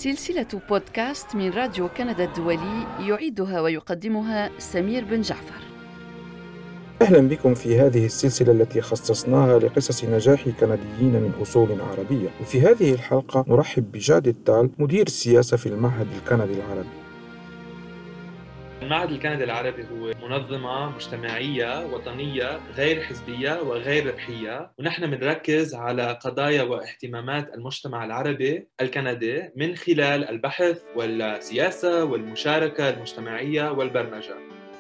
سلسلة بودكاست من راديو كندا الدولي يعيدها ويقدمها سمير بن جعفر. أهلا بكم في هذه السلسلة التي خصصناها لقصص نجاح كنديين من أصول عربية. وفي هذه الحلقة نرحب بجاد التال مدير السياسة في المعهد الكندي العربي. المعهد الكندي العربي هو منظمة مجتمعية وطنية غير حزبية وغير ربحية، ونحن بنركز على قضايا واهتمامات المجتمع العربي الكندي من خلال البحث والسياسة والمشاركة المجتمعية والبرمجة.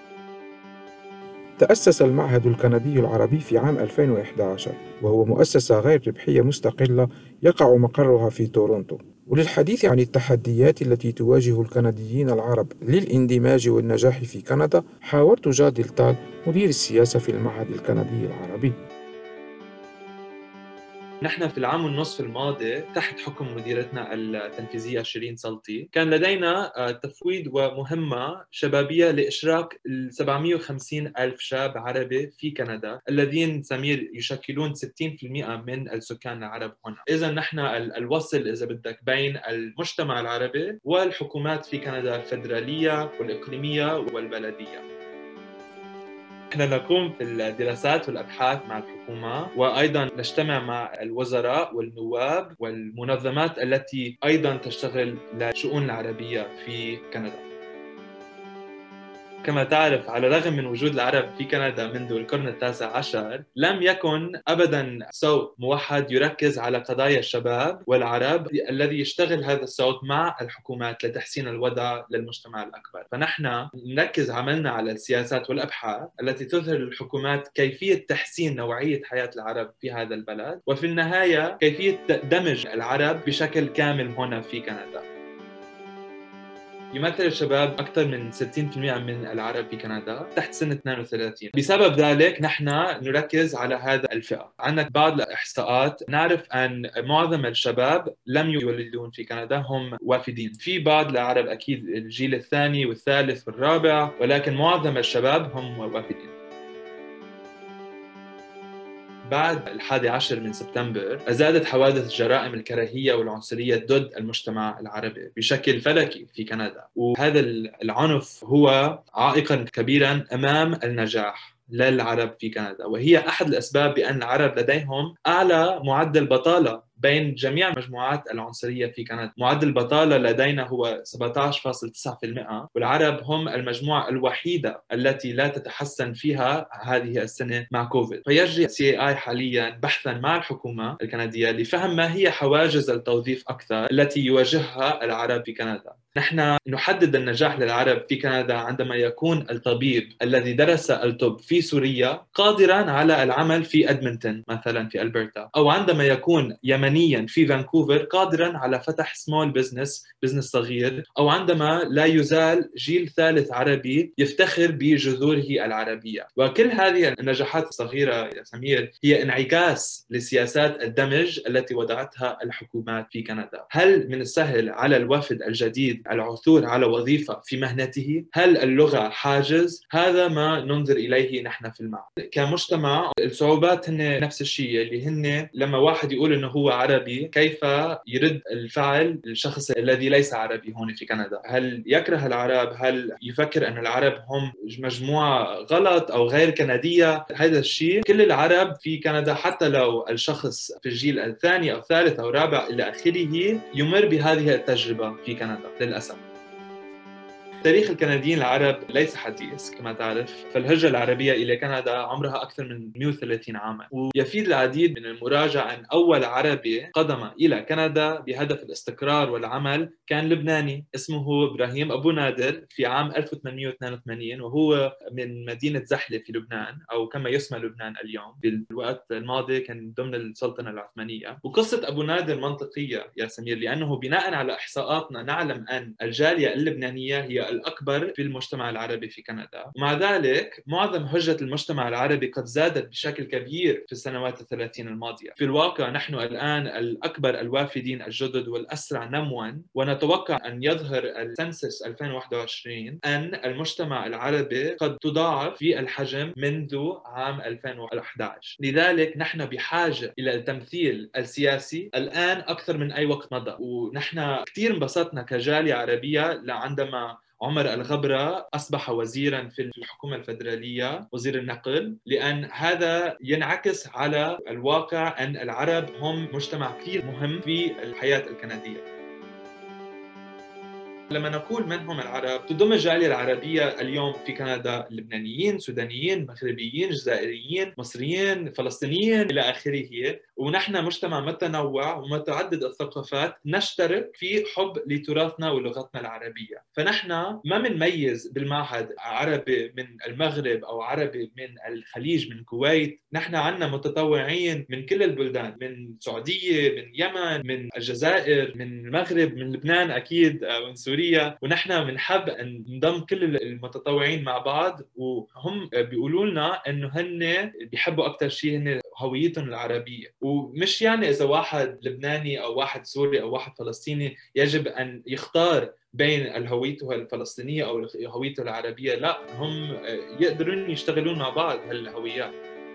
تأسس المعهد الكندي العربي في عام 2011 وهو مؤسسة غير ربحية مستقلة يقع مقرها في تورونتو. وللحديث عن التحديات التي تواجه الكنديين العرب للاندماج والنجاح في كندا حاورت جاد التال مدير السياسة في المعهد الكندي العربي. نحن في العام والنصف الماضي تحت حكم مديرتنا التنفيذية شيرين سلطي كان لدينا تفويض ومهمة شبابية لإشراك 750 ألف شاب عربي في كندا الذين سمير يشكلون 60% من السكان العرب هنا. إذا نحن الوصل إذا بدك بين المجتمع العربي والحكومات في كندا الفدرالية والإقليمية والبلدية. نحن نقوم في الدراسات والأبحاث مع الحكومة، وأيضا نجتمع مع الوزراء والنواب والمنظمات التي أيضا تشتغل للشؤون العربية في كندا. كما تعرف، على الرغم من وجود العرب في كندا منذ القرن التاسع عشر، لم يكن أبدا صوت موحد يركز على قضايا الشباب والعرب الذي يشتغل هذا الصوت مع الحكومات لتحسين الوضع للمجتمع الأكبر. فنحن نركز عملنا على السياسات والأبحاث التي تظهر للحكومات كيفية تحسين نوعية حياة العرب في هذا البلد، وفي النهاية كيفية دمج العرب بشكل كامل هنا في كندا. يمثل الشباب أكثر من 60% من العرب في كندا تحت سن 32. بسبب ذلك نحن نركز على هذا الفئة. عندنا بعض الإحصاءات نعرف أن معظم الشباب لم يولدون في كندا، هم وافدين. في بعض العرب أكيد الجيل الثاني والثالث والرابع، ولكن معظم الشباب هم وافدين. بعد 11 من سبتمبر زادت حوادث جرائم الكراهية والعنصرية ضد المجتمع العربي بشكل فلكي في كندا، وهذا العنف هو عائقا كبيرا أمام النجاح للعرب في كندا، وهي أحد الأسباب بأن العرب لديهم أعلى معدل بطالة بين جميع مجموعات العنصرية في كندا. معدل البطالة لدينا هو 17.9%، والعرب هم المجموعة الوحيدة التي لا تتحسن فيها هذه السنة مع كوفيد. فيجري CAI حاليا بحثا مع الحكومة الكندية لفهم ما هي حواجز التوظيف أكثر التي يواجهها العرب في كندا. نحن نحدد النجاح للعرب في كندا عندما يكون الطبيب الذي درس الطب في سوريا قادرا على العمل في أدمنتون مثلا في ألبرتا، أو عندما يكون يمنيا في فانكوفر قادرا على فتح سمول بزنس صغير، أو عندما لا يزال جيل ثالث عربي يفتخر بجذوره العربية. وكل هذه النجاحات الصغيرة يا سمير هي انعكاس لسياسات الدمج التي وضعتها الحكومات في كندا. هل من السهل على الوافد الجديد العثور على وظيفة في مهنته؟ هل اللغة حاجز؟ هذا ما ننظر إليه نحن في المعهد. كمجتمع الصعوبات هن نفس الشيء، اللي هن لما واحد يقول إنه هو عربي كيف يرد الفعل الشخص الذي ليس عربي هون في كندا؟ هل يكره العرب؟ هل يفكر أن العرب هم مجموعة غلط أو غير كندية؟ هذا الشيء كل العرب في كندا، حتى لو الشخص في الجيل الثاني أو الثالث أو الرابع إلى آخره، يمر بهذه التجربة في كندا للأسف. تاريخ الكنديين العرب ليس حديث كما تعرف، فالهجرة العربية إلى كندا عمرها أكثر من 130 عاما، ويفيد العديد من المراجعة أن أول عربي قدم إلى كندا بهدف الاستقرار والعمل كان لبناني اسمه إبراهيم أبو نادر في عام 1882، وهو من مدينة زحلة في لبنان، أو كما يسمى لبنان اليوم. بالوقت الماضي كان ضمن السلطنة العثمانية. وقصة أبو نادر منطقية يا سمير، لأنه بناء على إحصاءاتنا نعلم أن الجالية اللبنانية هي الأكبر في المجتمع العربي في كندا. ومع ذلك معظم هجرة المجتمع العربي قد زادت بشكل كبير في السنوات 30 الماضية. في الواقع نحن الآن الأكبر الوافدين الجدد والأسرع نمواً، ونتوقع أن يظهر السنسس 2021 أن المجتمع العربي قد تضاعف في الحجم منذ عام 2011. لذلك نحن بحاجة إلى التمثيل السياسي الآن أكثر من أي وقت مضى. ونحن كثير انبسطنا كجالية عربية عندما عمر الغبرة أصبح وزيراً في الحكومة الفدرالية، وزير النقل، لأن هذا ينعكس على الواقع أن العرب هم مجتمع كثير مهم في الحياة الكندية. لما نقول من هم العرب، تضم الجالية العربية اليوم في كندا لبنانيين، سودانيين، مغربيين، جزائريين، مصريين، فلسطينيين إلى آخره. ونحن مجتمع متنوع ومتعدد الثقافات، نشترك في حب لتراثنا ولغتنا العربية. فنحن ما بنميز بالمعهد عربي من المغرب أو عربي من الخليج، من الكويت. نحن عندنا متطوعين من كل البلدان، من السعودية، من اليمن، من الجزائر، من المغرب، من لبنان أكيد، من سوريا. ونحن بنحب أن نضم كل المتطوعين مع بعض، وهم بيقولوا لنا أنه هن بيحبوا أكثر شيء هن هويتهم العربية. ومش يعني إذا واحد لبناني أو واحد سوري أو واحد فلسطيني يجب أن يختار بين هويته الفلسطينية أو هويته العربية، لا، هم يقدرون يشتغلون مع بعض هالهويات.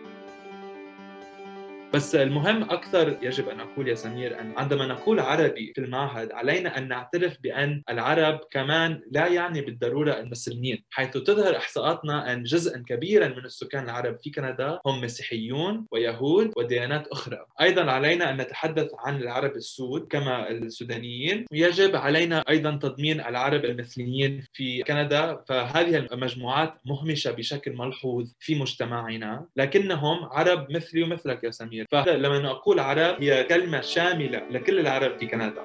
بس المهم أكثر يجب أن أقول يا سمير أن عندما نقول عربي في المعهد علينا أن نعترف بأن العرب كمان لا يعني بالضرورة المسلمين، حيث تظهر إحصاءاتنا أن جزءاً كبيراً من السكان العرب في كندا هم مسيحيون ويهود وديانات أخرى. أيضاً علينا أن نتحدث عن العرب السود كما السودانيين، ويجب علينا أيضاً تضمين العرب المثليين في كندا. فهذه المجموعات مهمشة بشكل ملحوظ في مجتمعنا، لكنهم عرب مثلي ومثلك يا سمير. فلما نقول عرب هي كلمة شاملة لكل العرب في كندا.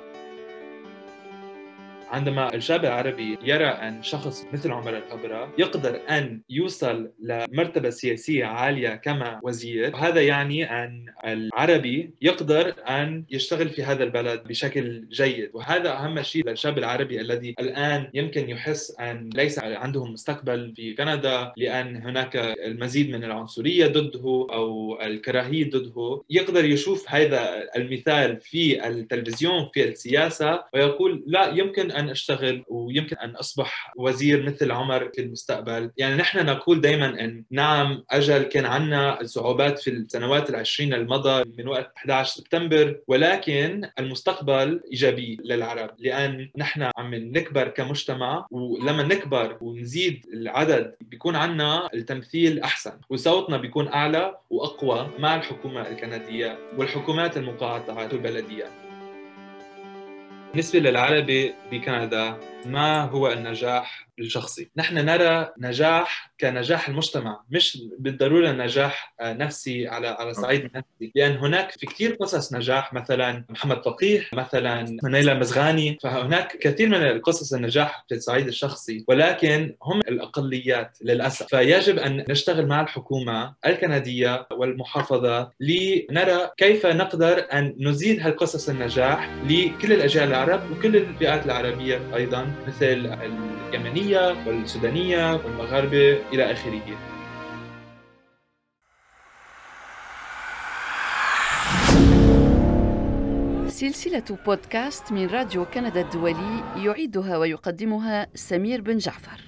عندما الشاب العربي يرى أن شخص مثل عمر الغبرة يقدر أن يوصل لمرتبة سياسية عالية كما وزير، هذا يعني أن العربي يقدر أن يشتغل في هذا البلد بشكل جيد. وهذا أهم شيء للشاب العربي الذي الآن يمكن يحس أن ليس عنده مستقبل في كندا لأن هناك المزيد من العنصرية ضده أو الكراهية ضده. يقدر يشوف هذا المثال في التلفزيون في السياسة ويقول لا، يمكن أن أشتغل ويمكن أن أصبح وزير مثل عمر في المستقبل. يعني نحن نقول دائما أن نعم أجل كان عنا الصعوبات في السنوات 20 المضى من وقت 11 سبتمبر، ولكن المستقبل إيجابي للعرب لأن نحن عم نكبر كمجتمع، ولما نكبر ونزيد العدد بيكون عنا التمثيل أحسن وصوتنا بيكون أعلى وأقوى مع الحكومة الكندية والحكومات المقاطعة والبلديات. بالنسبة للعربي بكندا، ما هو النجاح الشخصي؟ نحن نرى نجاح كنجاح المجتمع، مش بالضرورة نجاح نفسي على صعيد نفسي، لأن هناك في كثير قصص نجاح، مثلا محمد فقيه، مثلا نيلة مزغاني. فهناك كثير من قصص النجاح في الصعيد الشخصي، ولكن هم الأقليات للأسف. فيجب أن نشتغل مع الحكومة الكندية والمحافظة لنرى كيف نقدر أن نزيد هالقصص النجاح لكل الأجيال العرب وكل الفئات العربية أيضا، مثل اليمنية والسودانية والمغاربة إلى آخره. سلسلة بودكاست من راديو كندا الدولي يعيدها ويقدمها سمير بن جعفر.